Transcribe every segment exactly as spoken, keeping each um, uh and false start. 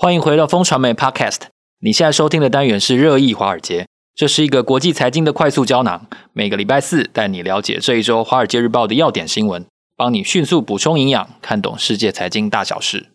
欢迎回到风传媒 Podcast， 你现在收听的单元是热议华尔街，这是一个国际财经的快速胶囊，每个礼拜四带你了解这一周华尔街日报的要点新闻，帮你迅速补充营养，看懂世界财经大小事。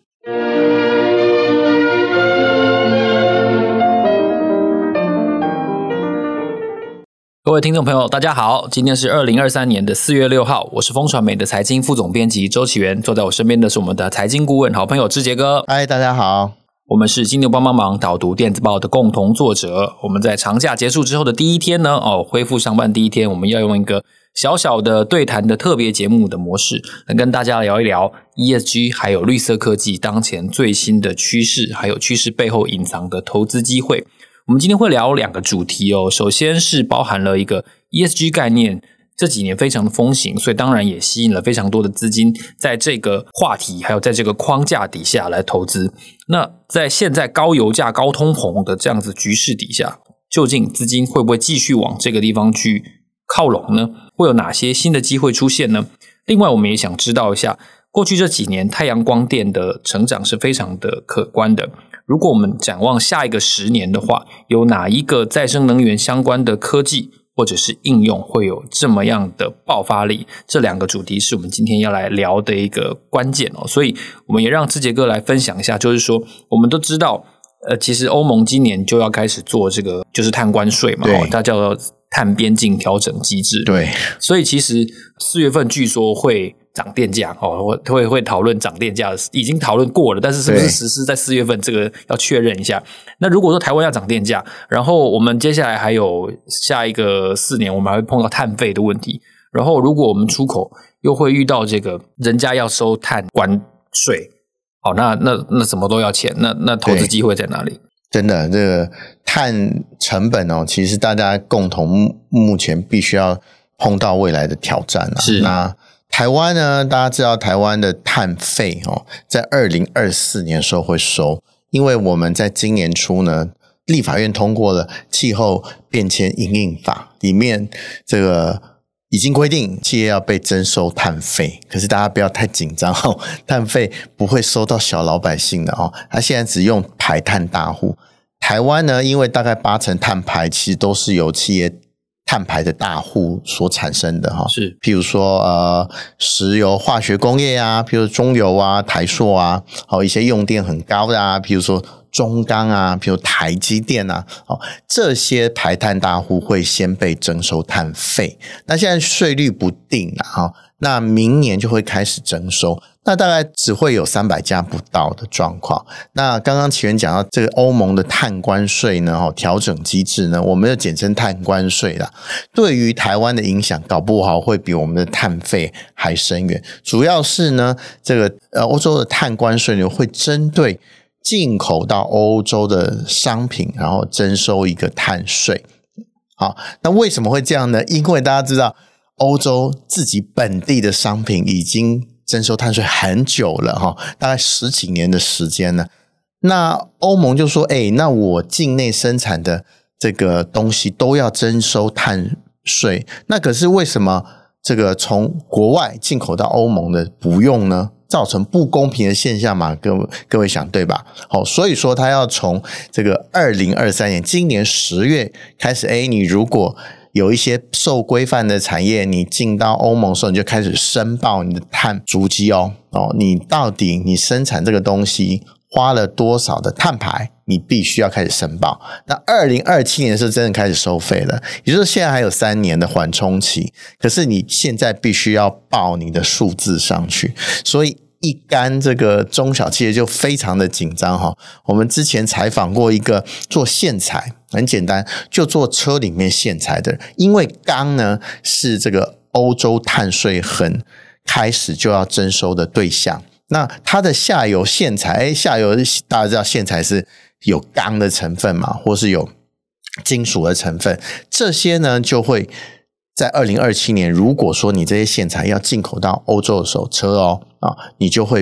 各位听众朋友大家好，今天是二零二三年的四月六号，我是风传媒的财经副总编辑周启源，坐在我身边的是我们的财经顾问好朋友志杰哥。 嗨，大家好。 我们是金牛帮帮忙导读电子报的共同作者，我们在长假结束之后的第一天呢，哦，恢复上班第一天，我们要用一个小小的对谈的特别节目的模式，来跟大家聊一聊 E S G 还有绿色科技当前最新的趋势，还有趋势背后隐藏的投资机会。我们今天会聊两个主题哦，首先是包含了一个 E S G 概念，这几年非常的风行，所以当然也吸引了非常多的资金在这个话题还有在这个框架底下来投资。那在现在高油价高通膨的这样子局势底下，究竟资金会不会继续往这个地方去靠拢呢？会有哪些新的机会出现呢？另外我们也想知道一下，过去这几年太阳光电的成长是非常的可观的，如果我们展望下一个十年的话，有哪一个再生能源相关的科技或者是应用会有这么样的爆发力？这两个主题是我们今天要来聊的一个关键哦。所以我们也让志杰哥来分享一下，就是说我们都知道呃，其实欧盟今年就要开始做这个就是碳关税嘛，哦，它叫做碳边境调整机制。 对， 所以其实四月份据说会涨电价哦，会会讨论涨电价，已经讨论过了，但是是不是实施在四月份，这个要确认一下。那如果说台湾要涨电价，然后我们接下来还有下一个四年，我们还会碰到碳费的问题，然后如果我们出口又会遇到这个人家要收碳关税，好，那那那什么都要钱，那那投资机会在哪里？ 真的，这个碳成本哦，其实大家共同目前必须要碰到未来的挑战啊。 是， 那台湾呢，大家知道台湾的碳费哦，在二零二四年的时候会收，因为我们在今年初呢，立法院通过了气候变迁因应法，里面这个已经规定企业要被征收碳费，可是大家不要太紧张哦，碳费不会收到小老百姓的哦，它现在只用排碳大户。台湾呢，因为大概八成碳排其实都是由企业碳排的大户所产生的哈， 是， 譬如说呃石油化学工业啊，譬如中油啊、台塑啊，好一些用电很高的啊，譬如说中钢啊，譬如台积电啊，哦，这些排碳大户会先被征收碳费。那现在税率不定啦，哈，那明年就会开始征收。那大概只会有三百家不到的状况。那刚刚启源讲到这个欧盟的碳关税呢，哦，调整机制呢，我们就简称碳关税啦。对于台湾的影响，搞不好会比我们的碳费还深远。主要是呢，这个呃欧洲的碳关税呢，会针对进口到欧洲的商品，然后征收一个碳税。好，那为什么会这样呢？因为大家知道，欧洲自己本地的商品已经征收碳税很久了哈，大概十几年的时间了。那欧盟就说，哎，那我境内生产的这个东西都要征收碳税，那可是为什么这个从国外进口到欧盟的不用呢？造成不公平的现象嘛，各位各位想对吧？好，所以说他要从这个二零二三年今年十月开始，哎，你如果有一些受规范的产业，你进到欧盟的时候，你就开始申报你的碳足迹哦。哦，你到底你生产这个东西花了多少的碳排，你必须要开始申报。那二零二七年的时候真的开始收费了，也就是现在还有三年的缓冲期，可是你现在必须要报你的数字上去，所以一干这个中小企业就非常的紧张哈。我们之前采访过一个做线材，很简单，就做车里面线材的人，因为钢呢是这个欧洲碳税很开始就要征收的对象。那它的下游线材，诶下游大家知道线材是有钢的成分嘛，或是有金属的成分，这些呢就会在二零二七年，如果说你这些线材要进口到欧洲的时候，车哦啊，你就会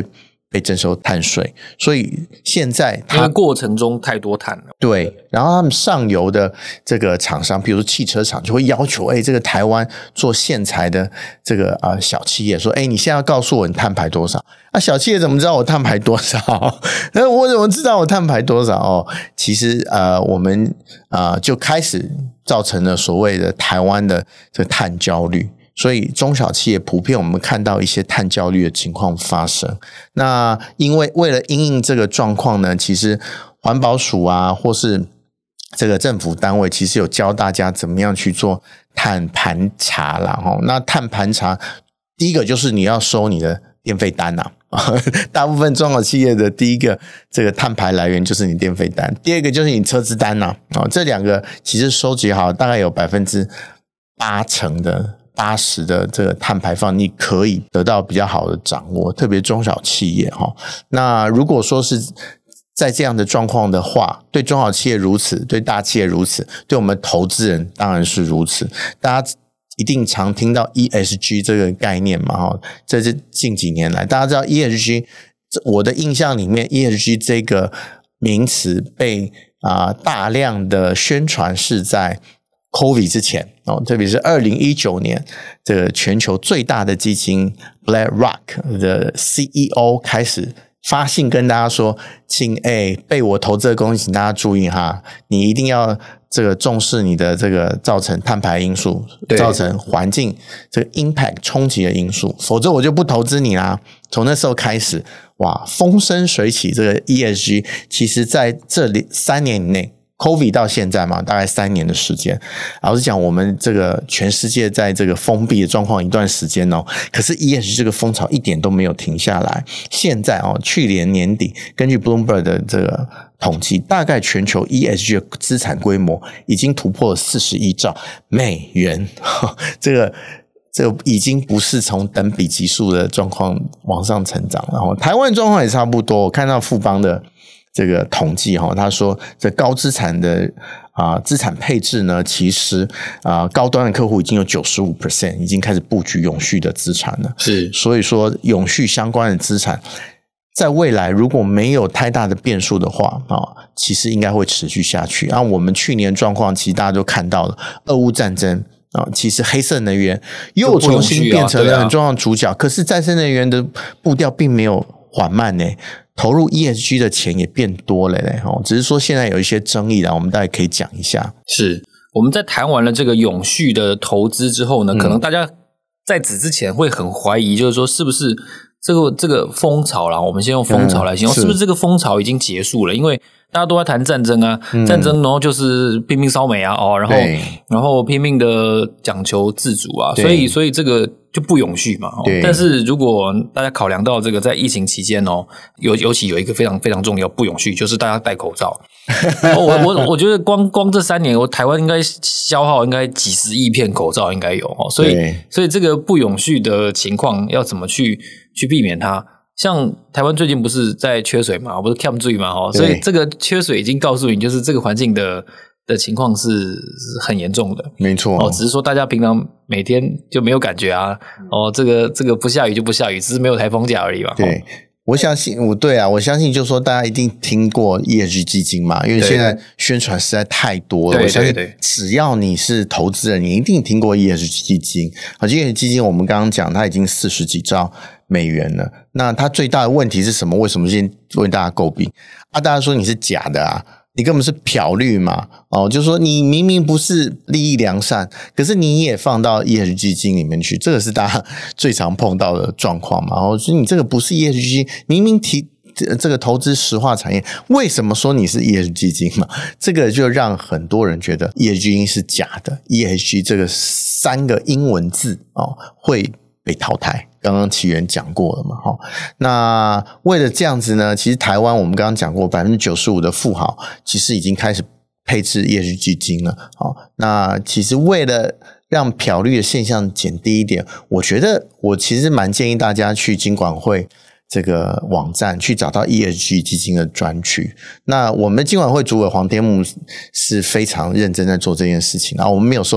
被征收碳税，所以现在它因为过程中太多碳了。 对，然后他们上游的这个厂商，比如说汽车厂，就会要求，哎，这个台湾做线材的这个啊、呃、小企业说，哎，你现在要告诉我你碳排多少？啊，小企业怎么知道我碳排多少？那我怎么知道我碳排多少？哦，其实呃，我们啊、呃、就开始造成了所谓的台湾的这个碳焦虑。所以中小企业普遍我们看到一些碳焦虑的情况发生。那因为为了因应这个状况呢，其实环保署啊或是这个政府单位其实有教大家怎么样去做碳盘查啦。那碳盘查第一个就是你要收你的电费单啊，大部分中小企业的第一个这个碳排来源就是你电费单，第二个就是你车资单啊，这两个其实收集好大概有百分之八成的八十的这个碳排放，你可以得到比较好的掌握，特别中小企业哈。那如果说是在这样的状况的话，对中小企业如此，对大企业如此，对我们投资人当然是如此。大家一定常听到 E S G 这个概念嘛哈，这是近几年来大家知道 E S G， 我的印象里面 E S G 这个名词被啊、呃、大量的宣传是在COVID 之前哦，特别是二零一九年，这个全球最大的基金 BlackRock 的 C E O 开始发信跟大家说，请哎被我投资的公司，请大家注意哈，你一定要这个重视你的这个造成碳排因素，造成环境这个 impact 冲击的因素，否则我就不投资你啦。从那时候开始，哇，风生水起，这个 E S G 其实在这里三年以内。COVID 到现在嘛，大概三年的时间。老实讲，我们这个全世界在这个封闭的状况一段时间哦，可是 E S G 这个风潮一点都没有停下来。现在哦，去年年底，根据 Bloomberg 的这个统计，大概全球 E S G 的资产规模已经突破了四十亿兆美元。这个这个已经不是从等比级数的状况往上成长了。然后台湾状况也差不多，我看到富邦的这个统计哈，他说这高资产的啊、呃、资产配置呢，其实啊、呃、高端的客户已经有 百分之九十五 已经开始布局永续的资产了。 是， 所以说永续相关的资产在未来如果没有太大的变数的话啊、哦，其实应该会持续下去。然后我们去年状况其实大家都看到了，俄乌战争啊、哦，其实黑色能源又重新变成了很重要的主角，啊啊、可是再生能源的步调并没有缓慢呢。投入 E S G 的钱也变多了嘞，只是说现在有一些争议啦，我们大概可以讲一下。 是，我们在谈完了这个永续的投资之后呢，嗯、可能大家在此之前会很怀疑，就是说是不是这个这个风潮啦，我们先用风潮来形容，嗯、是, 是不是这个风潮已经结束了？因为大家都在谈战争啊，嗯、战争然后就是拼命烧煤啊，哦，然后然后拼命的讲求自主啊，所以所以这个就不永续嘛。哦、但是如果大家考量到这个在疫情期间哦，尤尤其有一个非常非常重要不永续，就是大家戴口罩。我我我觉得光光这三年，我台湾应该消耗应该几十亿片口罩应该有哦，所以所以这个不永续的情况要怎么去去避免它？像台湾最近不是在缺水嘛，不是欠水嘛，所以这个缺水已经告诉你，就是这个环境的的情况是是很严重的， 没错哦，只是说大家平常每天就没有感觉啊，哦，这个这个不下雨就不下雨，只是没有台风假而已嘛。 对，哦、我相信，我对啊，我相信就是说大家一定听过 E S G 基金嘛，因为现在宣传实在太多了。 对对对， 我相信只要你是投资人，你一定听过 E S G 基金。好 ，E S G 基金我们刚刚讲，它已经四十几兆美元了。那它最大的问题是什么？为什么现在为大家诟病啊？大家说你是假的啊，你根本是漂绿嘛！哦，就是说你明明不是利益良善，可是你也放到 E S G 基金里面去，这个是大家最常碰到的状况嘛。然后所以你这个不是 E S G 基金，明明提这个投资石化产业，为什么说你是 E S G 基金嘛？这个就让很多人觉得 E S G 基金是假的 ，E S G 这个三个英文字哦会被淘汰。刚刚奇源讲过了嘛，齁，那为了这样子呢，其实台湾我们刚刚讲过 百分之九十五 的富豪其实已经开始配置 E S G 基金了，齁，那其实为了让漂绿的现象减低一点，我觉得我其实蛮建议大家去金管会这个网站去找到 E S G 基金的专区。那我们金管会主委黄天木是非常认真在做这件事情，然后我们没有收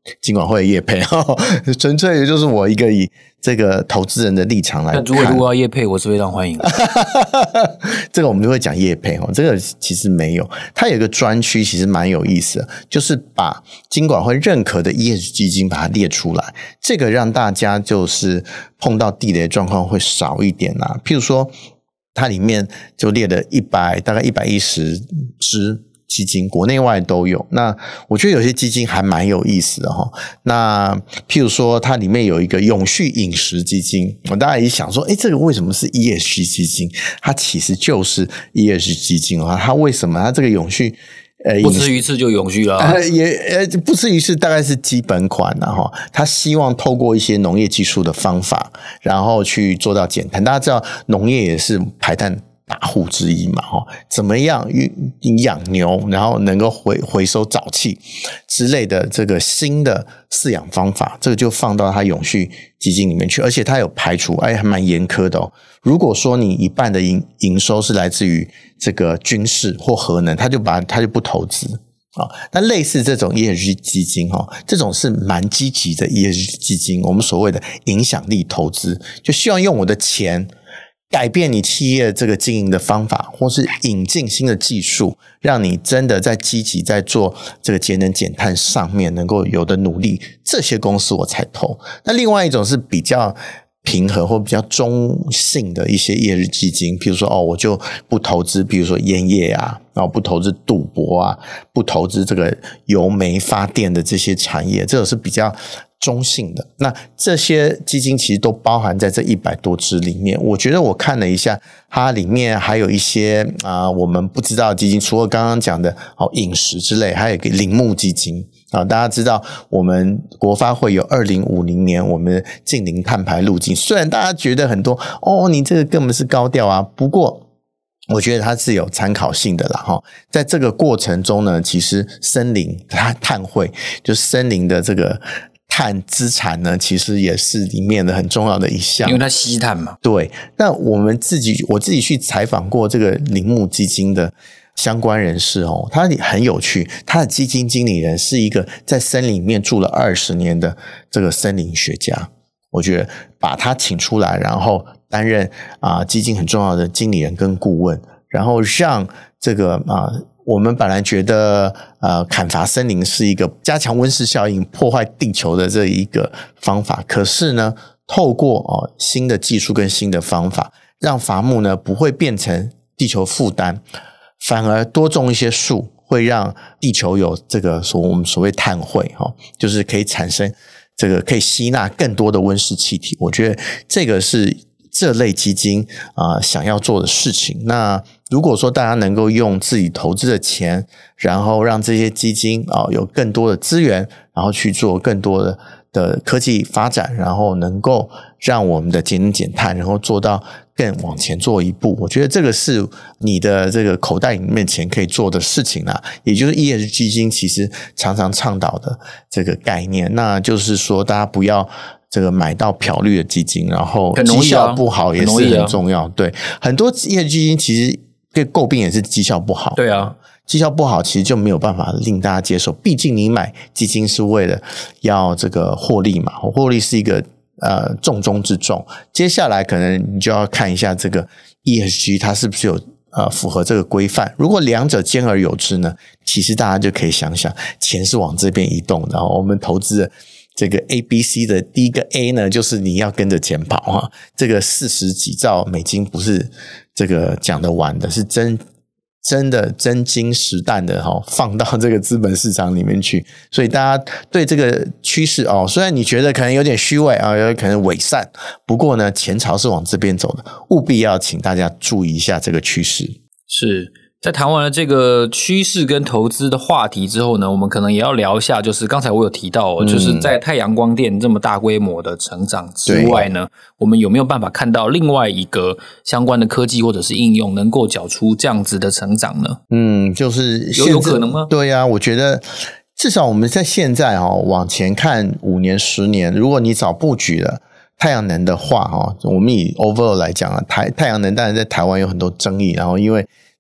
金管会的业配，纯粹就是我一个以这个投资人的立场来看。 如果如果要业配，我是非常欢迎的。 这个我们就会讲业配哦，这个其实没有，它有一个专区，其实蛮有意思的，就是把金管会认可的 E S G 基金把它列出来，这个让大家就是碰到地雷状况会少一点啊。譬如说，它里面就列了一百大概一百一十支。基金国内外都有，那我觉得有些基金还蛮有意思的哈。那譬如说它里面有一个永续饮食基金，我大家一想说，诶，这个为什么是 E S G 基金？它其实就是 E S G 基金啊。它为什么它这个永续呃不吃鱼翅就永续了、啊呃？也呃不吃鱼翅大概是基本款啦哈。它希望透过一些农业技术的方法，然后去做到减碳。大家知道农业也是排碳大户之一嘛，怎么样养牛然后能够回回收沼气之类的这个新的饲养方法，这个就放到它永续基金里面去，而且它有排除，哎，还蛮严苛的哦。如果说你一半的营营收是来自于这个军事或核能，它就把它就不投资啊。那类似这种 E S G 基金哈，这种是蛮积极的 E S G 基金，我们所谓的影响力投资，就希望用我的钱改变你企业这个经营的方法，或是引进新的技术，让你真的在积极在做这个节能减碳上面能够有的努力，这些公司我才投。那另外一种是比较平和或比较中性的一些 E S G 基金，比如说哦，我就不投资，比如说烟业啊，然后不投资赌博啊，不投资这个油煤发电的这些产业，这种是比较中性的。那这些基金其实都包含在这一百多支里面。我觉得我看了一下，它里面还有一些啊、呃、我们不知道的基金，除了刚刚讲的哦饮食之类，还有一个铃木基金啊。大家知道我们国发会有二零五零年我们净零碳排路径，虽然大家觉得很多哦你这个根本是高调啊，不过我觉得它是有参考性的啦齁。在这个过程中呢，其实森林它碳汇就是森林的这个碳资产呢，其实也是里面的很重要的一项， 因为它吸碳嘛。 对，那我们自己我自己去采访过这个铃木基金的相关人士哦，他很有趣，他的基金经理人是一个在森林里面住了二十年的这个森林学家。我觉得把他请出来，然后担任啊、呃、基金很重要的经理人跟顾问，然后让这个啊、呃、我们本来觉得呃砍伐森林是一个加强温室效应、破坏地球的这一个方法，可是呢，透过哦新的技术跟新的方法，让伐木呢不会变成地球负担，反而多种一些树，会让地球有这个所我们所谓碳汇哈、哦，就是可以产生。这个可以吸纳更多的温室气体，我觉得这个是这类基金啊、呃、想要做的事情。那如果说大家能够用自己投资的钱，然后让这些基金啊、呃、有更多的资源，然后去做更多的的科技发展，然后能够让我们的节能减碳，然后做到更往前做一步，我觉得这个是你的这个口袋里面钱可以做的事情啦，也就是 E S G 基金其实常常倡导的这个概念，那就是说大家不要这个买到漂绿的基金，然后绩效不好也是很重要。啊、对，很多 E S G 基金其实被诟病也是绩效不好。 对啊。 绩效不好其实就没有办法令大家接受，毕竟你买基金是为了要这个获利嘛，获利是一个呃重中之重。接下来可能你就要看一下这个 E S G 它是不是有呃符合这个规范，如果两者兼而有之呢，其实大家就可以想想钱是往这边移动的。然后我们投资的这个 A B C 的第一个 A 呢，就是你要跟着钱跑哈，这个四十几兆美金不是这个讲得完的，是真真的真金实弹的齁，放到这个资本市场里面去。所以大家对这个趋势哦，虽然你觉得可能有点虚伪啊，有可能伪善，不过呢，前朝是往这边走的，务必要请大家注意一下这个趋势。 是。在谈完了这个趋势跟投资的话题之后呢，我们可能也要聊一下，就是刚才我有提到、哦嗯、就是在太阳光电这么大规模的成长之外呢，我们有没有办法看到另外一个相关的科技或者是应用能够缴出这样子的成长呢？ 嗯，就是有有可能吗？ 对啊，我觉得至少我们在现在哦往前看五年十年，如果你早布局了太阳能的话哦，我们以 overall 来讲啊，台太阳能当然在台湾有很多争议，然后因为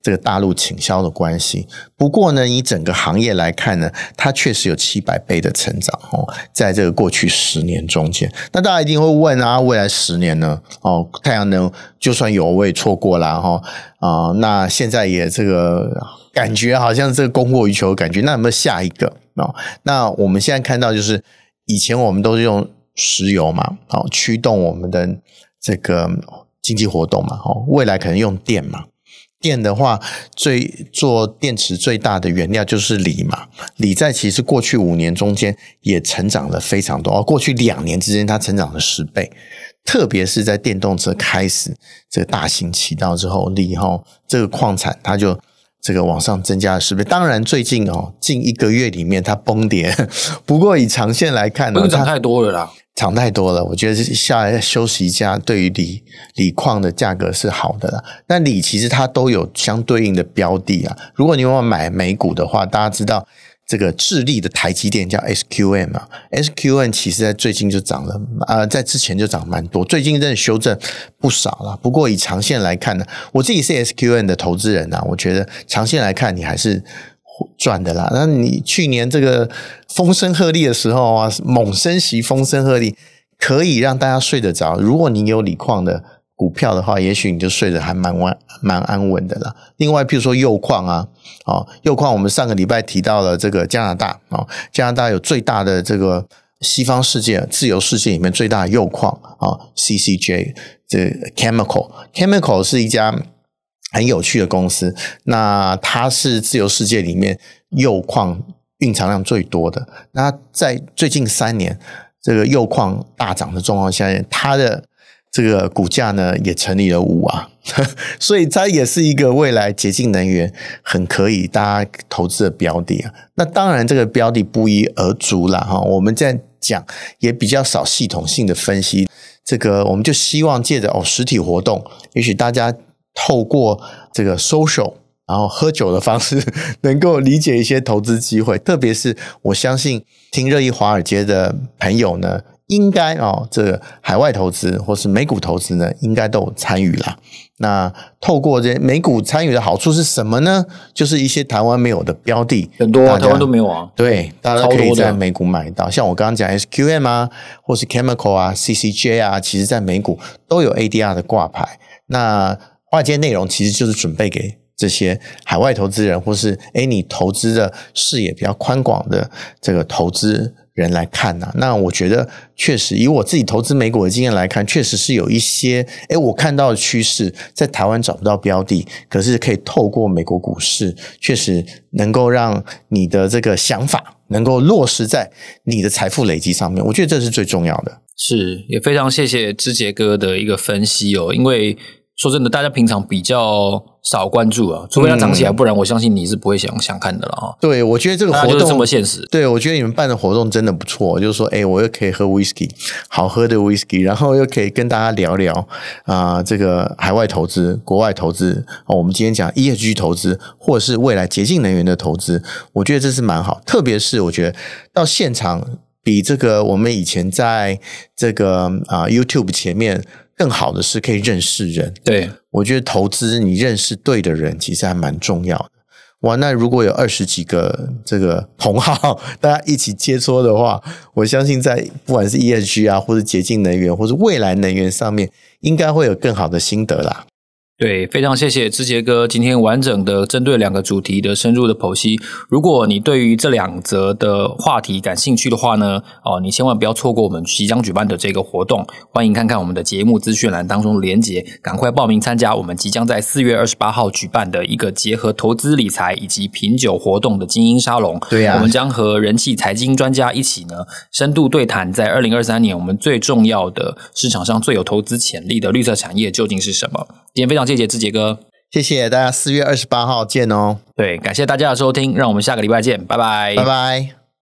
这个大陆倾销的关系。不过呢，以整个行业来看呢，它确实有七百倍的成长哦，在这个过去十年中间。那大家一定会问啊，未来十年呢？哦，太阳能就算有我也错过啦哈啊、呃，那现在也这个感觉好像这个供过于求的感觉，那有没有下一个？哦，那我们现在看到就是以前我们都是用石油嘛，哦，驱动我们的这个经济活动嘛，哦，未来可能用电嘛。电的话，最做电池最大的原料就是锂嘛。锂在其实过去五年中间也成长了非常多，哦，过去两年之间它成长了十倍。特别是在电动车开始这个大行其道之后，锂哈这个矿产它就这个往上增加了十倍。当然最近哦近一个月里面它崩跌，不过以长线来看呢， 不是涨太多了啦。 涨太多了，我觉得下来休息一下，对于锂锂矿的价格是好的啦。但锂其实它都有相对应的标的啊。如果你要买美股的话，大家知道这个智利的台积电叫 S Q M 啊 ，S Q M 其实在最近就涨了，呃，在之前就涨蛮多，最近真的修正不少了。不过以长线来看呢，我自己是 S Q M 的投资人啊，我觉得长线来看你还是赚的啦。那你去年这个风声鹤唳的时候啊，猛升息风声鹤唳，可以让大家睡得着。如果你有锂矿的股票的话，也许你就睡得还蛮安蛮安稳的啦。另外譬如说铀矿啊，哦，铀矿我们上个礼拜提到了这个加拿大，哦，加拿大有最大的这个西方世界自由世界里面最大的铀矿啊，哦 C C J 这 Chemical Chemical 是一家很有趣的公司，那它是自由世界里面铀矿蕴藏量最多的。那在最近三年这个铀矿大涨的状况下，它的这个股价呢也乘以了五啊，所以它也是一个未来洁净能源很可以大家投资的标的啊。那当然这个标的不一而足啦哈，我们在讲也比较少系统性的分析，这个我们就希望借着哦实体活动，也许大家透过这个 social 然后喝酒的方式能够理解一些投资机会，特别是我相信听热议华尔街的朋友呢，应该哦这个海外投资或是美股投资呢应该都有参与啦。那透过这美股参与的好处是什么呢？就是一些台湾没有的标的很多啊，台湾都没有啊。 对，大家可以在美股买到，像我刚刚讲 S Q M 啊或是 Chemical 啊 C C J 啊，其实在美股都有 A D R 的挂牌。那华尔街内容其实就是准备给这些海外投资人，或是诶你投资的视野比较宽广的这个投资人来看啊。那我觉得确实以我自己投资美股的经验来看，确实是有一些诶我看到的趋势在台湾找不到标的，可是可以透过美国股市确实能够让你的这个想法能够落实在你的财富累积上面，我觉得这是最重要的。 是，也非常谢谢之杰哥的一个分析哦，因为说真的，大家平常比较少关注啊，除非它涨起来，嗯、不然我相信你是不会想想看的了哈。 对，我觉得这个活动就是这么现实。 对，我觉得你们办的活动真的不错，就是说，哎，我又可以喝 whisky， 好喝的 whisky， 然后又可以跟大家聊聊啊、呃，这个海外投资、国外投资、哦、我们今天讲 E S G 投资，或者是未来洁净能源的投资，我觉得这是蛮好。特别是我觉得到现场比这个我们以前在这个啊、呃、YouTube 前面。更好的是可以认识人， 对， 我觉得投资你认识对的人其实还蛮重要的。哇，那如果有二十几个这个同好大家一起切磋的话，我相信在不管是 E S G 啊，或是洁净能源或是未来能源上面，应该会有更好的心得啦。 对，非常谢谢之杰哥今天完整的针对两个主题的深入的剖析。如果你对于这两则的话题感兴趣的话呢，哦，你千万不要错过我们即将举办的这个活动。欢迎看看我们的节目资讯栏当中的连结，赶快报名参加我们即将在四月二十八号举办的一个结合投资理财以及品酒活动的精英沙龙。 对啊， 我们将和人气财经专家一起呢，深度对谈在二零二三年我们最重要的市场上最有投资潜力的绿色产业究竟是什么。今天非常谢谢之杰哥， 谢谢大家，四月二十八号见哦。 对，感谢大家的收听，让我们下个礼拜见，拜拜， 拜拜。